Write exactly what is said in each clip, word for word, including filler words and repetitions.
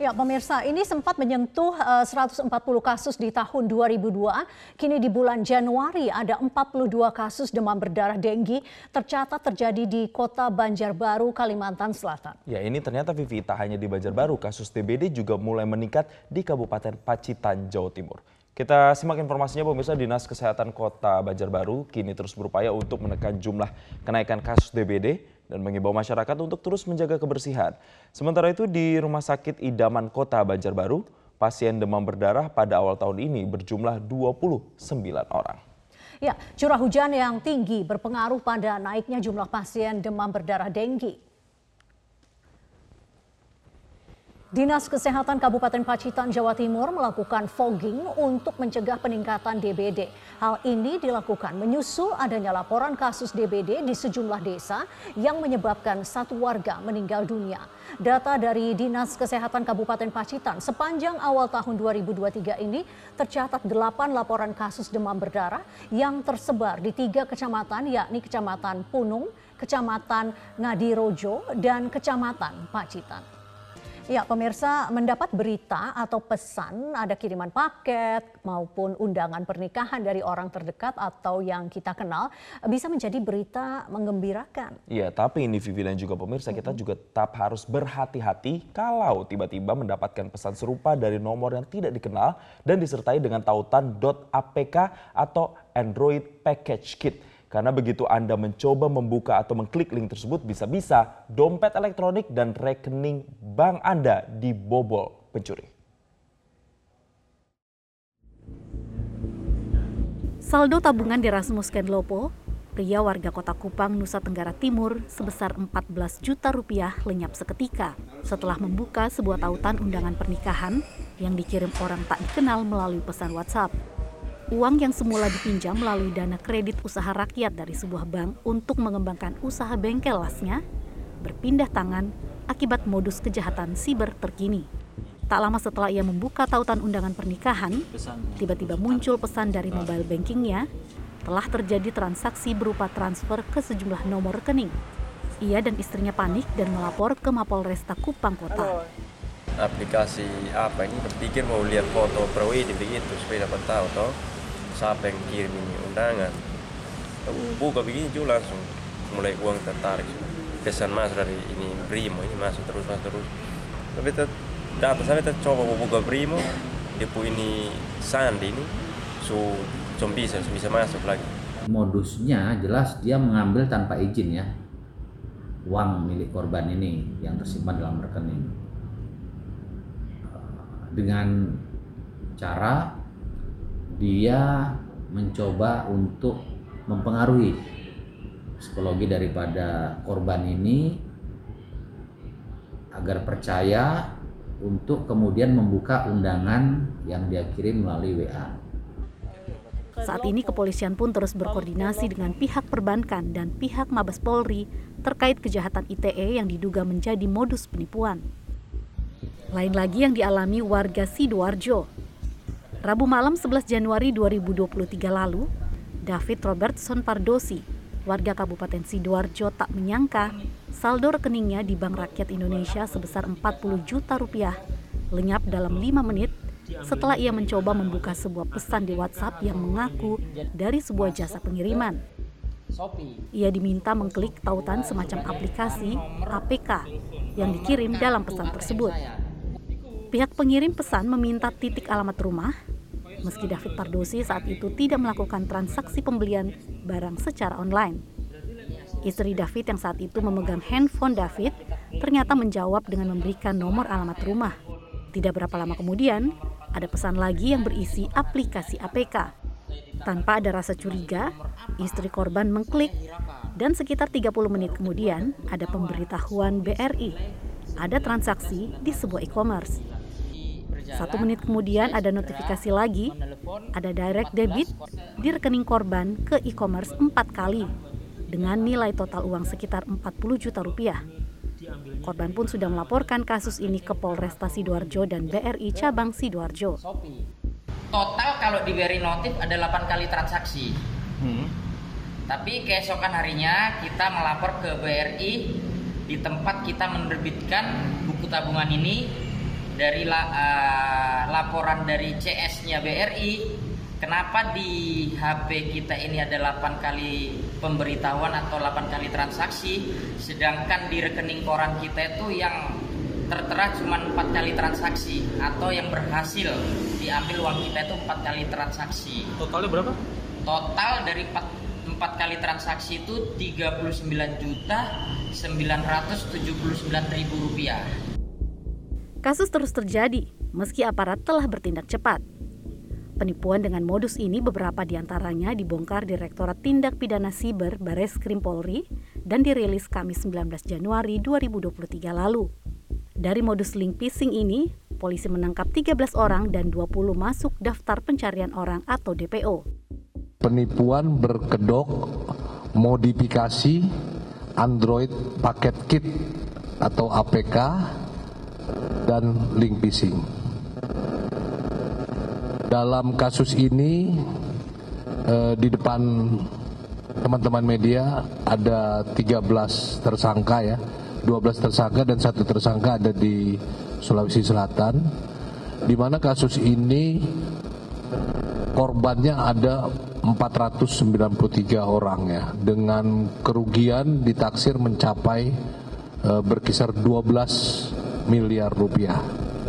Ya, pemirsa, ini sempat menyentuh uh, seratus empat puluh kasus di tahun dua ribu dua. Kini di bulan Januari ada empat puluh dua kasus demam berdarah denggi tercatat terjadi di kota Banjarbaru, Kalimantan Selatan. Ya, ini ternyata Vivi, tak hanya di Banjarbaru, kasus D B D juga mulai meningkat di Kabupaten Pacitan, Jawa Timur. Kita simak informasinya pemirsa. Dinas Kesehatan Kota Banjarbaru kini terus berupaya untuk menekan jumlah kenaikan kasus D B D dan mengimbau masyarakat untuk terus menjaga kebersihan. Sementara itu di Rumah Sakit Idaman Kota Banjarbaru, pasien demam berdarah pada awal tahun ini berjumlah dua puluh sembilan orang. Ya, curah hujan yang tinggi berpengaruh pada naiknya jumlah pasien demam berdarah denggi. Dinas Kesehatan Kabupaten Pacitan, Jawa Timur melakukan fogging untuk mencegah peningkatan D B D. Hal ini dilakukan menyusul adanya laporan kasus D B D di sejumlah desa yang menyebabkan satu warga meninggal dunia. Data dari Dinas Kesehatan Kabupaten Pacitan, sepanjang awal tahun dua ribu dua puluh tiga ini tercatat delapan laporan kasus demam berdarah yang tersebar di tiga kecamatan, yakni Kecamatan Punung, Kecamatan Ngadirojo, dan Kecamatan Pacitan. Ya, pemirsa, mendapat berita atau pesan ada kiriman paket maupun undangan pernikahan dari orang terdekat atau yang kita kenal bisa menjadi berita menggembirakan. Iya, tapi ini Vivi dan juga pemirsa, kita juga tetap harus berhati-hati kalau tiba-tiba mendapatkan pesan serupa dari nomor yang tidak dikenal dan disertai dengan tautan .apk atau Android Package Kit. Karena begitu Anda mencoba membuka atau mengklik link tersebut, bisa-bisa dompet elektronik dan rekening bank Anda dibobol pencuri. Saldo tabungan di Rasmus Kenlopo, pria warga Kota Kupang, Nusa Tenggara Timur, sebesar empat belas juta rupiah lenyap seketika setelah membuka sebuah tautan undangan pernikahan yang dikirim orang tak dikenal melalui pesan WhatsApp. Uang yang semula dipinjam melalui dana kredit usaha rakyat dari sebuah bank untuk mengembangkan usaha bengkel lasnya berpindah tangan akibat modus kejahatan siber terkini. Tak lama setelah ia membuka tautan undangan pernikahan, tiba-tiba muncul pesan dari mobile bankingnya telah terjadi transaksi berupa transfer ke sejumlah nomor rekening. Ia dan istrinya panik dan melapor ke Mapolresta Kupang Kota. Aplikasi apa ini? Berpikir mau lihat foto prewedding begitu supaya dapat tahu toh siapa yang kirim ini undangan. Buka begini juga langsung mulai uang tertarik. Pesan masuk dari ini Brimo, ini masuk terus masuk terus. Tapi data saya kita coba buka Brimo, dia punya ini Sandi ini, so cuma bisa bisa masuk lagi. Modusnya jelas dia mengambil tanpa izin ya uang milik korban ini yang tersimpan dalam rekening dengan cara dia mencoba untuk mempengaruhi psikologi daripada korban ini agar percaya untuk kemudian membuka undangan yang dia kirim melalui W A. Saat ini kepolisian pun terus berkoordinasi dengan pihak perbankan dan pihak Mabes Polri terkait kejahatan I T E yang diduga menjadi modus penipuan. Lain lagi yang dialami warga Sidoarjo. Rabu malam sebelas Januari dua ribu dua puluh tiga lalu, David Robertson Pardosi, warga Kabupaten Sidoarjo tak menyangka saldo rekeningnya di Bank Rakyat Indonesia sebesar empat puluh juta rupiah lenyap dalam lima menit setelah ia mencoba membuka sebuah pesan di WhatsApp yang mengaku dari sebuah jasa pengiriman. Ia diminta mengklik tautan semacam aplikasi A P K yang dikirim dalam pesan tersebut. Pihak pengirim pesan meminta titik alamat rumah, meski David Pardosi saat itu tidak melakukan transaksi pembelian barang secara online. Istri David yang saat itu memegang handphone David ternyata menjawab dengan memberikan nomor alamat rumah. Tidak berapa lama kemudian, ada pesan lagi yang berisi aplikasi A P K. Tanpa ada rasa curiga, istri korban mengklik dan sekitar tiga puluh menit kemudian ada pemberitahuan B R I. Ada transaksi di sebuah e-commerce. Satu menit kemudian ada notifikasi lagi, ada direct debit di rekening korban ke e-commerce empat kali dengan nilai total uang sekitar empat puluh juta rupiah. Korban pun sudah melaporkan kasus ini ke Polresta Sidoarjo dan B R I Cabang Sidoarjo. Total kalau di B R I notif ada delapan kali transaksi. Hmm. Tapi keesokan harinya kita melapor ke B R I di tempat kita menerbitkan buku tabungan ini dari la, uh, laporan dari C S-nya B R I, kenapa di H P kita ini ada delapan kali pemberitahuan atau delapan kali transaksi, sedangkan di rekening koran kita itu yang tertera cuma empat kali transaksi, atau yang berhasil diambil uang kita itu empat kali transaksi. Totalnya berapa? Total dari empat kali transaksi itu tiga puluh sembilan juta sembilan ratus tujuh puluh sembilan ribu rupiah. Kasus terus terjadi meski aparat telah bertindak cepat. Penipuan dengan modus ini beberapa diantaranya dibongkar Direktorat Tindak Pidana Siber Bareskrim Polri dan dirilis Kamis sembilan belas Januari dua ribu dua puluh tiga lalu. Dari modus link phishing ini, polisi menangkap tiga belas orang dan dua puluh masuk daftar pencarian orang atau D P O. Penipuan berkedok modifikasi Android paket kit atau A P K dan link phishing. Dalam kasus ini eh, di depan teman-teman media ada tiga belas tersangka ya, dua belas tersangka dan satu tersangka ada di Sulawesi Selatan, di mana kasus ini korbannya ada empat ratus sembilan puluh tiga orang ya, dengan kerugian ditaksir mencapai e, berkisar dua belas miliar rupiah.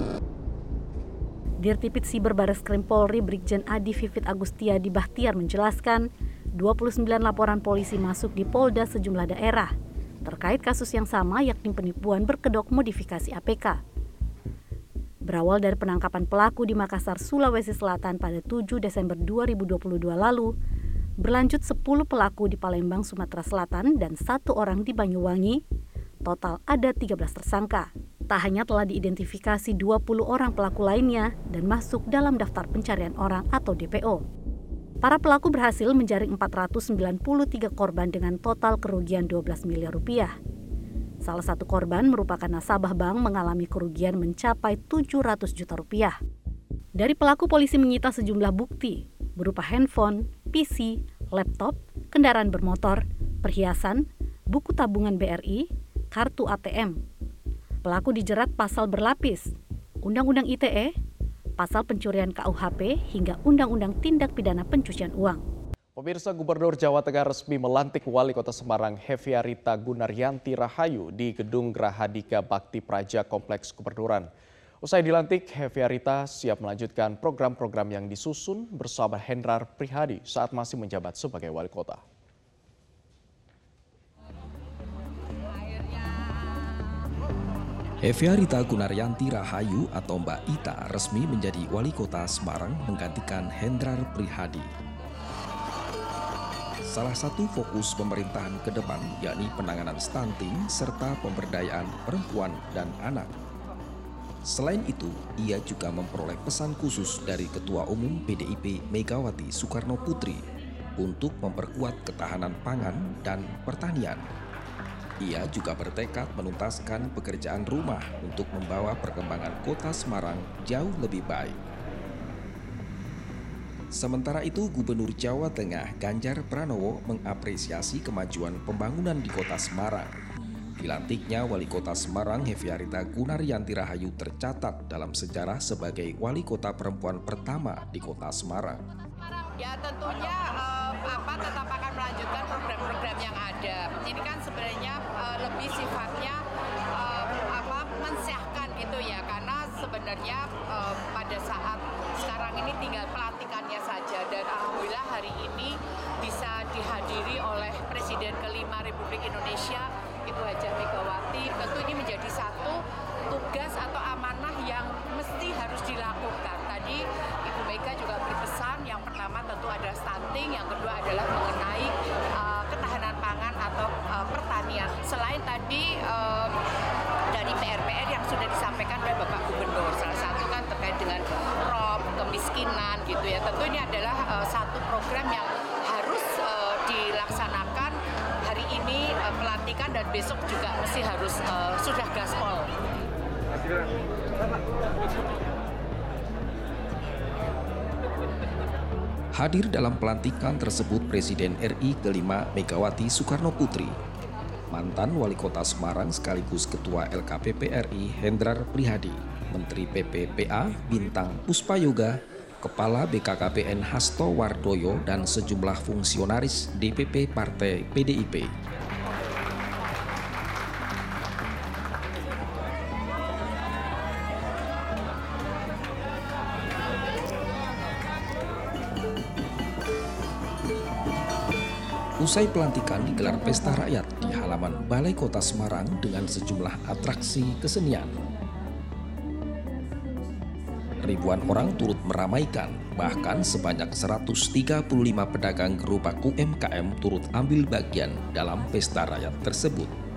Dirtipid Siber Bareskrim Polri Brigjen Adi Vivit Agustiadi Bahtiar menjelaskan, dua puluh sembilan laporan polisi masuk di Polda sejumlah daerah terkait kasus yang sama, yakni penipuan berkedok modifikasi A P K. Berawal dari penangkapan pelaku di Makassar, Sulawesi Selatan pada tujuh Desember dua ribu dua puluh dua lalu, berlanjut sepuluh pelaku di Palembang, Sumatera Selatan, dan satu orang di Banyuwangi. Total ada tiga belas tersangka. Tak hanya telah diidentifikasi dua puluh orang pelaku lainnya dan masuk dalam daftar pencarian orang atau D P O. Para pelaku berhasil menjaring empat ratus sembilan puluh tiga korban dengan total kerugian dua belas miliar rupiah. Salah satu korban merupakan nasabah bank mengalami kerugian mencapai tujuh ratus juta rupiah. Dari pelaku, polisi menyita sejumlah bukti berupa handphone, P C, laptop, kendaraan bermotor, perhiasan, buku tabungan B R I, kartu A T M. Pelaku dijerat pasal berlapis, Undang-Undang I T E, pasal pencurian K U H P, hingga Undang-Undang Tindak Pidana Pencucian Uang. Pemirsa, Gubernur Jawa Tengah resmi melantik Wali Kota Semarang Heviarita Gunaryanti Rahayu di Gedung Grahadika Bakti Praja Kompleks Gubernuran. Usai dilantik, Heviarita siap melanjutkan program-program yang disusun bersama Hendrar Prihadi saat masih menjabat sebagai Wali Kota. Heviarita Gunaryanti Rahayu atau Mbak Ita resmi menjadi Wali Kota Semarang menggantikan Hendrar Prihadi. Salah satu fokus pemerintahan ke depan yakni penanganan stunting serta pemberdayaan perempuan dan anak. Selain itu, ia juga memperoleh pesan khusus dari Ketua Umum P D I P Megawati Soekarno Putri untuk memperkuat ketahanan pangan dan pertanian. Ia juga bertekad menuntaskan pekerjaan rumah untuk membawa perkembangan kota Semarang jauh lebih baik. Sementara itu, Gubernur Jawa Tengah Ganjar Pranowo mengapresiasi kemajuan pembangunan di kota Semarang. Dilantiknya Wali Kota Semarang Heviarita Gunaryanti Rahayu tercatat dalam sejarah sebagai Wali Kota perempuan pertama di kota Semarang. Ya tentunya uh, apa tetap akan melanjutkan program-program yang ada. Ini kan sebenarnya uh, lebih sifatnya uh, apa mensiahkan gitu ya, karena sebenarnya uh, pada saat sekarang ini tinggal pelantikannya saja, dan alhamdulillah hari ini bisa dihadiri oleh Presiden kelima Republik Indonesia Ibu Hajah Megawati. Tentu ini menjadi satu tugas atau amanah yang mesti harus dilakukan. Tadi Ibu Mega juga berpesan, yang pertama tentu ada stunting, yang kedua adalah mengenai uh, ketahanan pangan atau uh, pertanian. Selain tadi uh, dari P R P R yang sudah disampaikan oleh Bapak Gubernur, salah satu kan terkait dengan R O P, kemiskinan gitu ya. Tentu ini adalah uh, satu program yang harus uh, dilaksanakan hari ini, uh, pelantikan, dan besok juga mesti harus uh, sudah gaspol. Hadir dalam pelantikan tersebut Presiden R I kelima Megawati Soekarno Putri, mantan Wali Kota Semarang sekaligus Ketua L K P P R I Hendrar Prihadi, Menteri P P P A Bintang Puspayoga, Kepala B K K B N Hasto Wardoyo, dan sejumlah fungsionaris D P P Partai P D I P. Usai pelantikan digelar pesta rakyat di halaman Balai Kota Semarang dengan sejumlah atraksi kesenian. Ribuan orang turut meramaikan, bahkan sebanyak seratus tiga puluh lima pedagang gerobak U M K M turut ambil bagian dalam pesta rakyat tersebut.